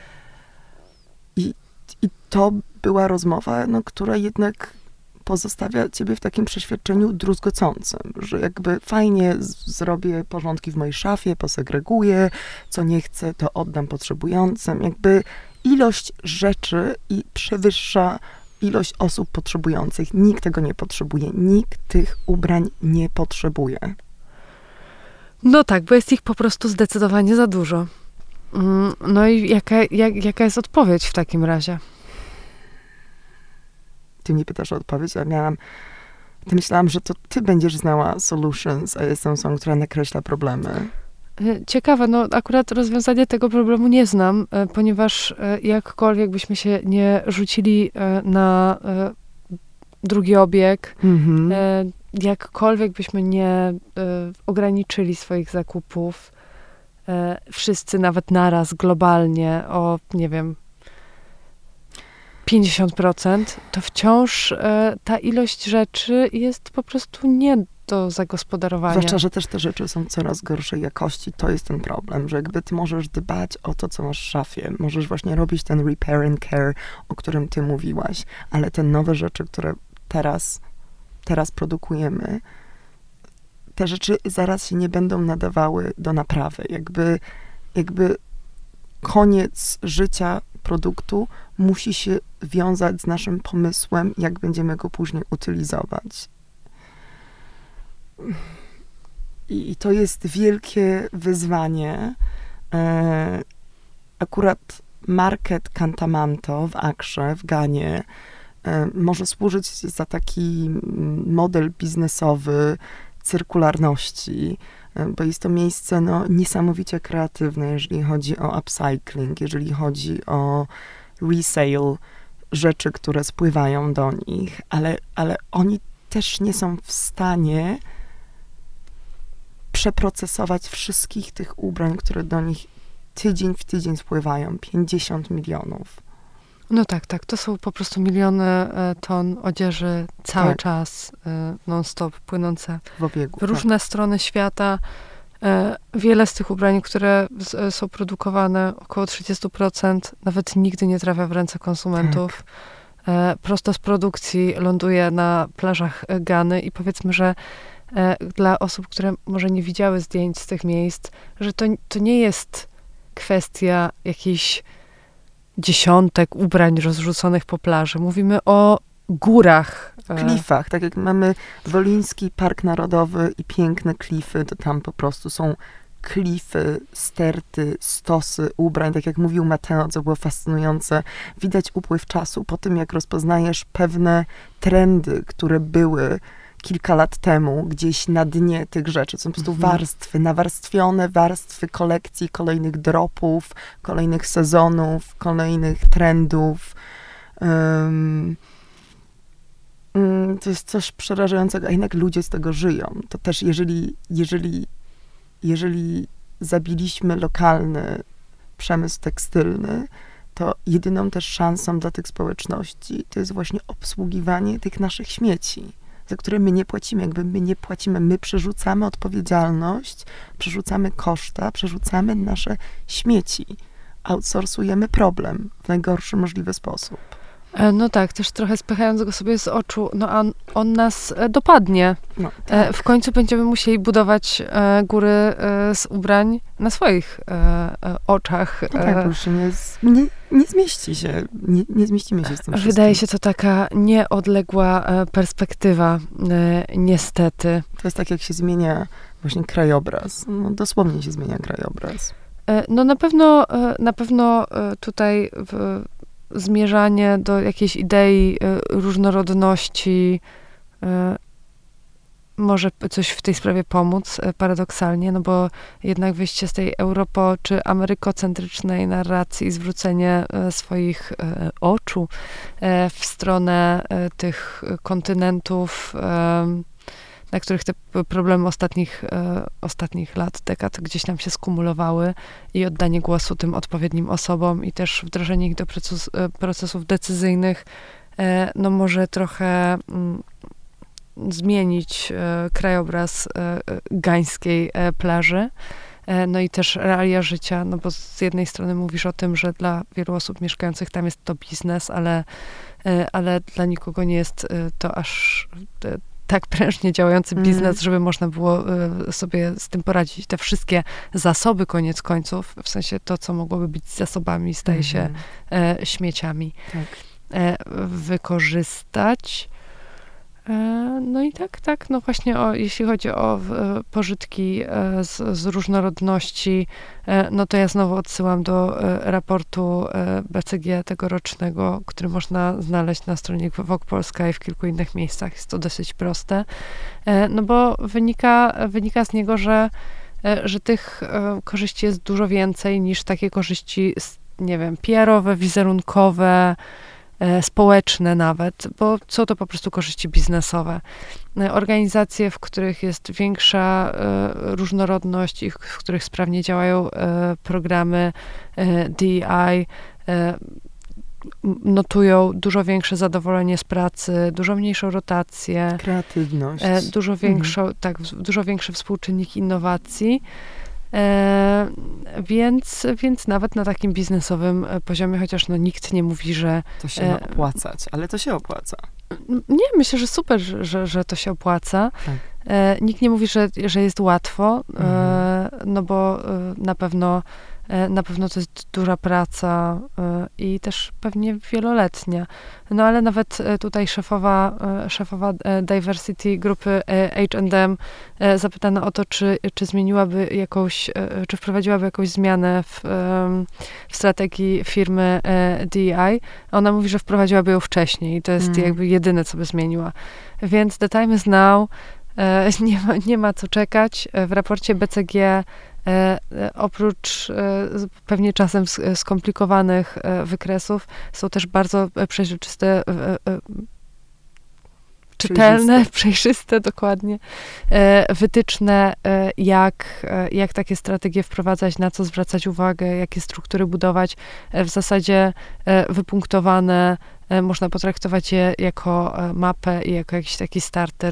I to była rozmowa, no, która jednak pozostawia ciebie w takim przeświadczeniu druzgocącym, że jakby fajnie zrobię porządki w mojej szafie, posegreguję, co nie chcę, to oddam potrzebującym. Jakby ilość rzeczy przewyższa ilość osób potrzebujących. Nikt tego nie potrzebuje. Nikt tych ubrań nie potrzebuje. No tak, bo jest ich po prostu zdecydowanie za dużo. No i jaka jest odpowiedź w takim razie? Ty mnie pytasz o odpowiedź, a myślałam, że to ty będziesz znała solutions, a jestem osobą, która nakreśla problemy. Ciekawe, no akurat rozwiązanie tego problemu nie znam, ponieważ jakkolwiek byśmy się nie rzucili na drugi obieg, jakkolwiek byśmy nie ograniczyli swoich zakupów, wszyscy nawet naraz globalnie o, nie wiem, 50%, to wciąż ta ilość rzeczy jest po prostu nie do zagospodarowania. Zwłaszcza, że też te rzeczy są coraz gorszej jakości. To jest ten problem, że jakby ty możesz dbać o to, co masz w szafie. Możesz właśnie robić ten repair and care, o którym ty mówiłaś, ale te nowe rzeczy, które teraz produkujemy, te rzeczy zaraz się nie będą nadawały do naprawy. Jakby koniec życia produktu musi się wiązać z naszym pomysłem, jak będziemy go później utylizować. I to jest wielkie wyzwanie. Akurat market Cantamanto w Acrze, w Ganie, może służyć za taki model biznesowy cyrkularności, bo jest to miejsce niesamowicie kreatywne, jeżeli chodzi o upcycling, jeżeli chodzi o resale rzeczy, które spływają do nich, ale oni też nie są w stanie przeprocesować wszystkich tych ubrań, które do nich tydzień w tydzień spływają. 50 milionów. No tak, to są po prostu miliony ton odzieży cały czas, non-stop płynące w obiegu, w różne strony świata. Wiele z tych ubrań, które są produkowane, około 30%, nawet nigdy nie trafia w ręce konsumentów. Prosto z produkcji ląduje na plażach Gany i powiedzmy, że dla osób, które może nie widziały zdjęć z tych miejsc, że to nie jest kwestia jakichś dziesiątek ubrań rozrzuconych po plaży. Mówimy o górach. Klifach. Tak jak mamy Woliński Park Narodowy i piękne klify, to tam po prostu są klify, sterty, stosy ubrań. Tak jak mówił Mateo, co było fascynujące. Widać upływ czasu po tym, jak rozpoznajesz pewne trendy, które były kilka lat temu gdzieś na dnie tych rzeczy. Są po prostu warstwy, nawarstwione warstwy kolekcji, kolejnych dropów, kolejnych sezonów, kolejnych trendów. To jest coś przerażającego, a jednak ludzie z tego żyją. To też jeżeli zabiliśmy lokalny przemysł tekstylny, to jedyną też szansą dla tych społeczności to jest właśnie obsługiwanie tych naszych śmieci, za które my nie płacimy. Jakby my nie płacimy, my przerzucamy odpowiedzialność, przerzucamy koszta, przerzucamy nasze śmieci. Outsourcujemy problem w najgorszy możliwy sposób. No tak, też trochę spychając go sobie z oczu, on nas dopadnie. No, tak. W końcu będziemy musieli budować góry z ubrań na swoich oczach. No tak, bo już nie zmieści się, nie zmieścimy się z tym wszystkim. Wydaje się to taka nieodległa perspektywa, niestety. To jest tak, jak się zmienia właśnie krajobraz. No, dosłownie się zmienia krajobraz. No na pewno tutaj zmierzanie do jakiejś idei różnorodności może coś w tej sprawie pomóc, paradoksalnie, no bo jednak wyjście z tej europo- czy amerykocentrycznej narracji i zwrócenie swoich oczu w stronę tych kontynentów, na których te problemy ostatnich lat, dekad gdzieś nam się skumulowały i oddanie głosu tym odpowiednim osobom i też wdrożenie ich do procesów decyzyjnych, no może trochę zmienić krajobraz gańskiej plaży. No i też realia życia, no bo z jednej strony mówisz o tym, że dla wielu osób mieszkających tam jest to biznes, ale dla nikogo nie jest to aż tak prężnie działający biznes, żeby można było sobie z tym poradzić. Te wszystkie zasoby koniec końców, w sensie to, co mogłoby być zasobami, staje się śmieciami. Tak. Wykorzystać. No i tak, no właśnie jeśli chodzi o pożytki z różnorodności, no to ja znowu odsyłam do raportu BCG tegorocznego, który można znaleźć na stronie Vogue Polska i w kilku innych miejscach. Jest to dosyć proste, no bo wynika z niego, że tych korzyści jest dużo więcej niż takie korzyści, nie wiem, PR-owe, wizerunkowe, społeczne nawet, bo są to po prostu korzyści biznesowe. Organizacje, w których jest większa różnorodność i w których sprawnie działają programy DEI, notują dużo większe zadowolenie z pracy, dużo mniejszą rotację, kreatywność, dużo większy współczynnik innowacji. Więc nawet na takim biznesowym poziomie, chociaż nikt nie mówi, że... To się ma opłacać, ale to się opłaca. Nie, myślę, że super, że to się opłaca. Tak. Nikt nie mówi, że jest łatwo, no bo na pewno Na pewno to jest duża praca i też pewnie wieloletnia. No ale nawet tutaj szefowa diversity grupy H&M zapytana o to, czy zmieniłaby czy wprowadziłaby jakąś zmianę w strategii firmy DEI. Ona mówi, że wprowadziłaby ją wcześniej i to jest jakby jedyne, co by zmieniła. Więc the time is now. Nie ma co czekać. W raporcie BCG oprócz pewnie czasem skomplikowanych wykresów są też bardzo przejrzyste, czytelne, przejrzyste dokładnie, wytyczne, jak takie strategie wprowadzać, na co zwracać uwagę, jakie struktury budować. W zasadzie wypunktowane, można potraktować je jako mapę i jako jakiś taki starter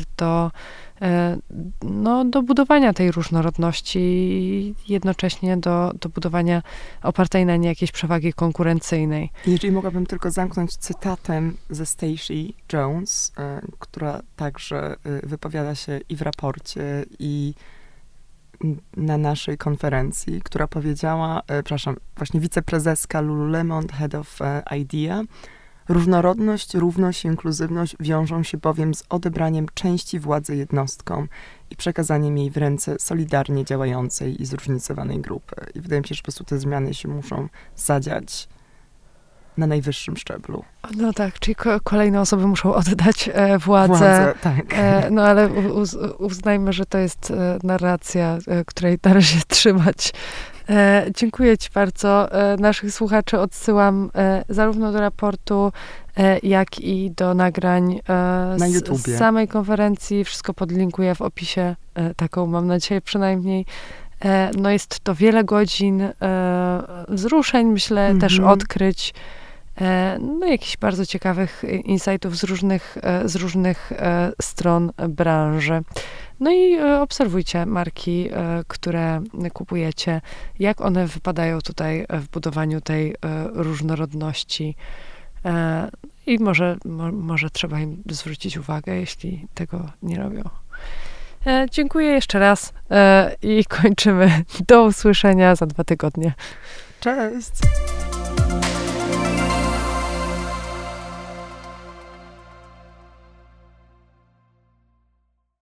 do budowania tej różnorodności i jednocześnie do budowania opartej na niej jakiejś przewagi konkurencyjnej. Jeżeli mogłabym tylko zamknąć cytatem ze Stacey Jones, która także wypowiada się i w raporcie, i na naszej konferencji, która powiedziała, właśnie wiceprezeska Lululemon, head of IDEA, różnorodność, równość i inkluzywność wiążą się bowiem z odebraniem części władzy jednostkom i przekazaniem jej w ręce solidarnie działającej i zróżnicowanej grupy. I wydaje mi się, że po prostu te zmiany się muszą zadziać na najwyższym szczeblu. No tak, czyli kolejne osoby muszą oddać władzę. Tak. No ale uznajmy, że to jest narracja, której należy się trzymać. Dziękuję ci bardzo. Naszych słuchaczy odsyłam zarówno do raportu, jak i do nagrań na YouTubie. Z samej konferencji. Wszystko podlinkuję w opisie, taką mam nadzieję przynajmniej. No jest to wiele godzin wzruszeń, myślę, też odkryć. No jakichś bardzo ciekawych insightów z różnych stron branży. No i obserwujcie marki, które kupujecie, jak one wypadają tutaj w budowaniu tej różnorodności. I może trzeba im zwrócić uwagę, jeśli tego nie robią. Dziękuję jeszcze raz i kończymy. Do usłyszenia za 2 tygodnie. Cześć!